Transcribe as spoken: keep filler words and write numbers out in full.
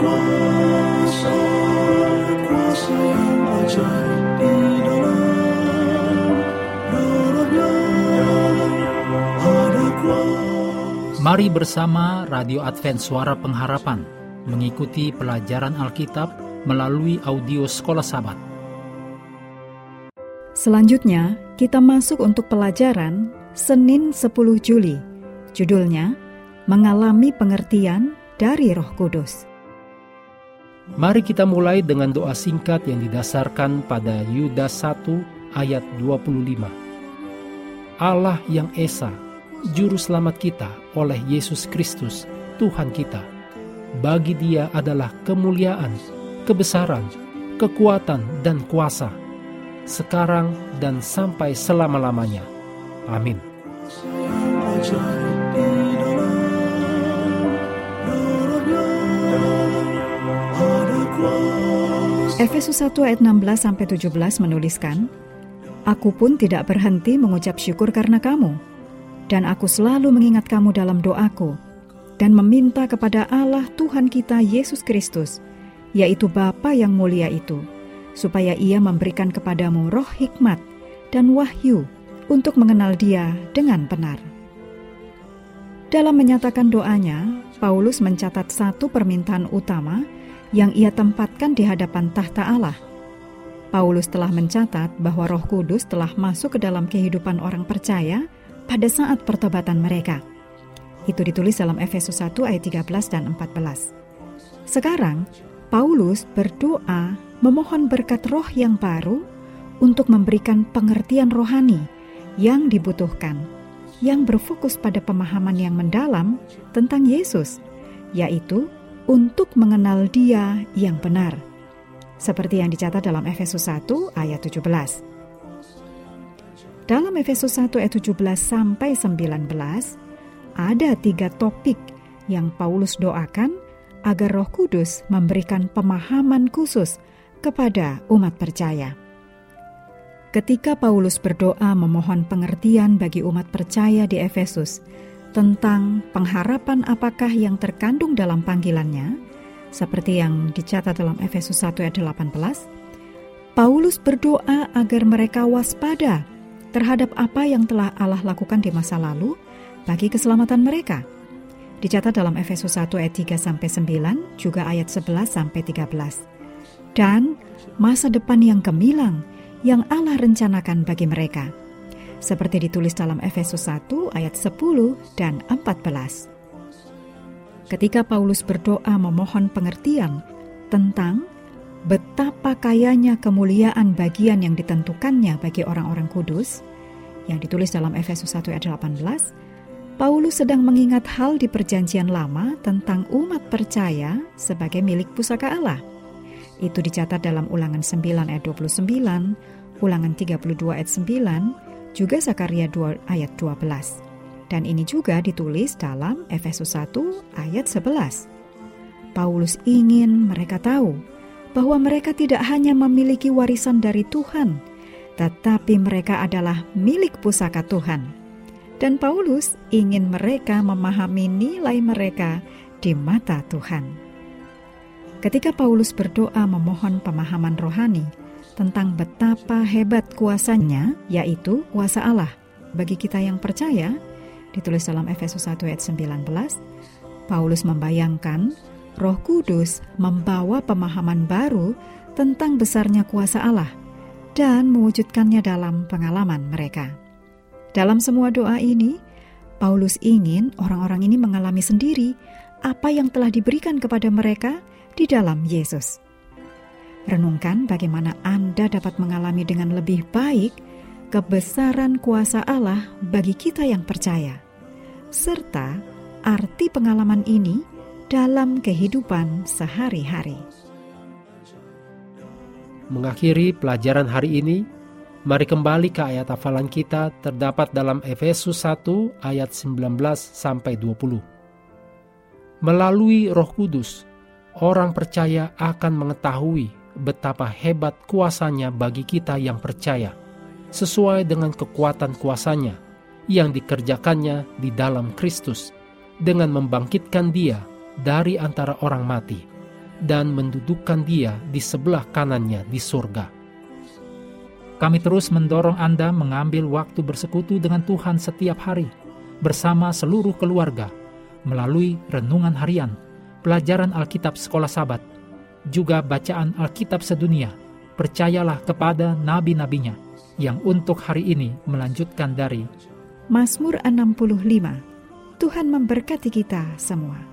kuasa, kuasa yang ajaib di dalam darahnya, ada kuasa. Mari bersama Radio Advent Suara Pengharapan mengikuti pelajaran Alkitab melalui audio Sekolah Sabat. Selanjutnya, kita masuk untuk pelajaran Senin sepuluh Juli. Judulnya, Mengalami Pengertian dari Roh Kudus. Mari kita mulai dengan doa singkat yang didasarkan pada Yudas satu ayat dua puluh lima. Allah yang Esa, Juru Selamat kita oleh Yesus Kristus, Tuhan kita. Bagi Dia adalah kemuliaan, kebesaran, kekuatan, dan kuasa, sekarang dan sampai selama-lamanya. Amin. Efesus satu ayat enam belas sampai tujuh belas menuliskan, Aku pun tidak berhenti mengucap syukur karena kamu, dan aku selalu mengingat kamu dalam doaku, dan meminta kepada Allah Tuhan kita Yesus Kristus, yaitu Bapa yang mulia itu, supaya Ia memberikan kepadamu roh hikmat dan wahyu untuk mengenal Dia dengan benar. Dalam menyatakan doanya, Paulus mencatat satu permintaan utama yang ia tempatkan di hadapan tahta Allah. Paulus telah mencatat bahwa Roh Kudus telah masuk ke dalam kehidupan orang percaya pada saat pertobatan mereka. Itu ditulis dalam Efesus satu ayat tiga belas dan empat belas. Sekarang, Paulus berdoa memohon berkat roh yang baru untuk memberikan pengertian rohani yang dibutuhkan, yang berfokus pada pemahaman yang mendalam tentang Yesus, yaitu untuk mengenal Dia yang benar, seperti yang dicatat dalam Efesus satu ayat tujuh belas. Dalam Efesus satu ayat tujuh belas sampai sembilan belas, ada tiga topik yang Paulus doakan agar Roh Kudus memberikan pemahaman khusus kepada umat percaya. Ketika Paulus berdoa memohon pengertian bagi umat percaya di Efesus tentang pengharapan apakah yang terkandung dalam panggilannya, seperti yang dicatat dalam Efesus satu ayat delapan belas, Paulus berdoa agar mereka waspada terhadap apa yang telah Allah lakukan di masa lalu bagi keselamatan mereka. Dicatat dalam Efesus satu ayat tiga sampai sembilan, juga ayat sebelas sampai tiga belas. Dan masa depan yang gemilang yang Allah rencanakan bagi mereka, seperti ditulis dalam Efesus satu ayat sepuluh dan empat belas. Ketika Paulus berdoa memohon pengertian tentang betapa kayanya kemuliaan bagian yang ditentukannya bagi orang-orang kudus, yang ditulis dalam Efesus satu ayat delapan belas, Paulus sedang mengingat hal di perjanjian lama tentang umat percaya sebagai milik pusaka Allah. Itu dicatat dalam Ulangan sembilan ayat dua puluh sembilan, Ulangan tiga puluh dua ayat sembilan, juga Zakaria dua ayat dua belas. Dan ini juga ditulis dalam Efesus satu ayat sebelas. Paulus ingin mereka tahu bahwa mereka tidak hanya memiliki warisan dari Tuhan, tetapi mereka adalah milik pusaka Tuhan. Dan Paulus ingin mereka memahami nilai mereka di mata Tuhan. Ketika Paulus berdoa memohon pemahaman rohani tentang betapa hebat kuasanya, yaitu kuasa Allah bagi kita yang percaya, ditulis dalam Efesus satu ayat sembilan belas, Paulus membayangkan Roh Kudus membawa pemahaman baru tentang besarnya kuasa Allah dan mewujudkannya dalam pengalaman mereka. Dalam semua doa ini, Paulus ingin orang-orang ini mengalami sendiri apa yang telah diberikan kepada mereka di dalam Yesus. Renungkan bagaimana Anda dapat mengalami dengan lebih baik kebesaran kuasa Allah bagi kita yang percaya, serta arti pengalaman ini dalam kehidupan sehari-hari. Mengakhiri pelajaran hari ini, mari kembali ke ayat hafalan kita terdapat dalam Efesus satu ayat sembilan belas sampai dua puluh. Melalui Roh Kudus, orang percaya akan mengetahui betapa hebat kuasanya bagi kita yang percaya, sesuai dengan kekuatan kuasanya yang dikerjakannya di dalam Kristus, dengan membangkitkan Dia dari antara orang mati dan mendudukkan Dia di sebelah kanannya di surga. Kami terus mendorong Anda mengambil waktu bersekutu dengan Tuhan setiap hari, bersama seluruh keluarga, melalui renungan harian, pelajaran Alkitab sekolah Sabat, juga bacaan Alkitab sedunia. Percayalah kepada nabi-nabinya, yang untuk hari ini melanjutkan dari Mazmur enam puluh lima. Tuhan memberkati kita semua.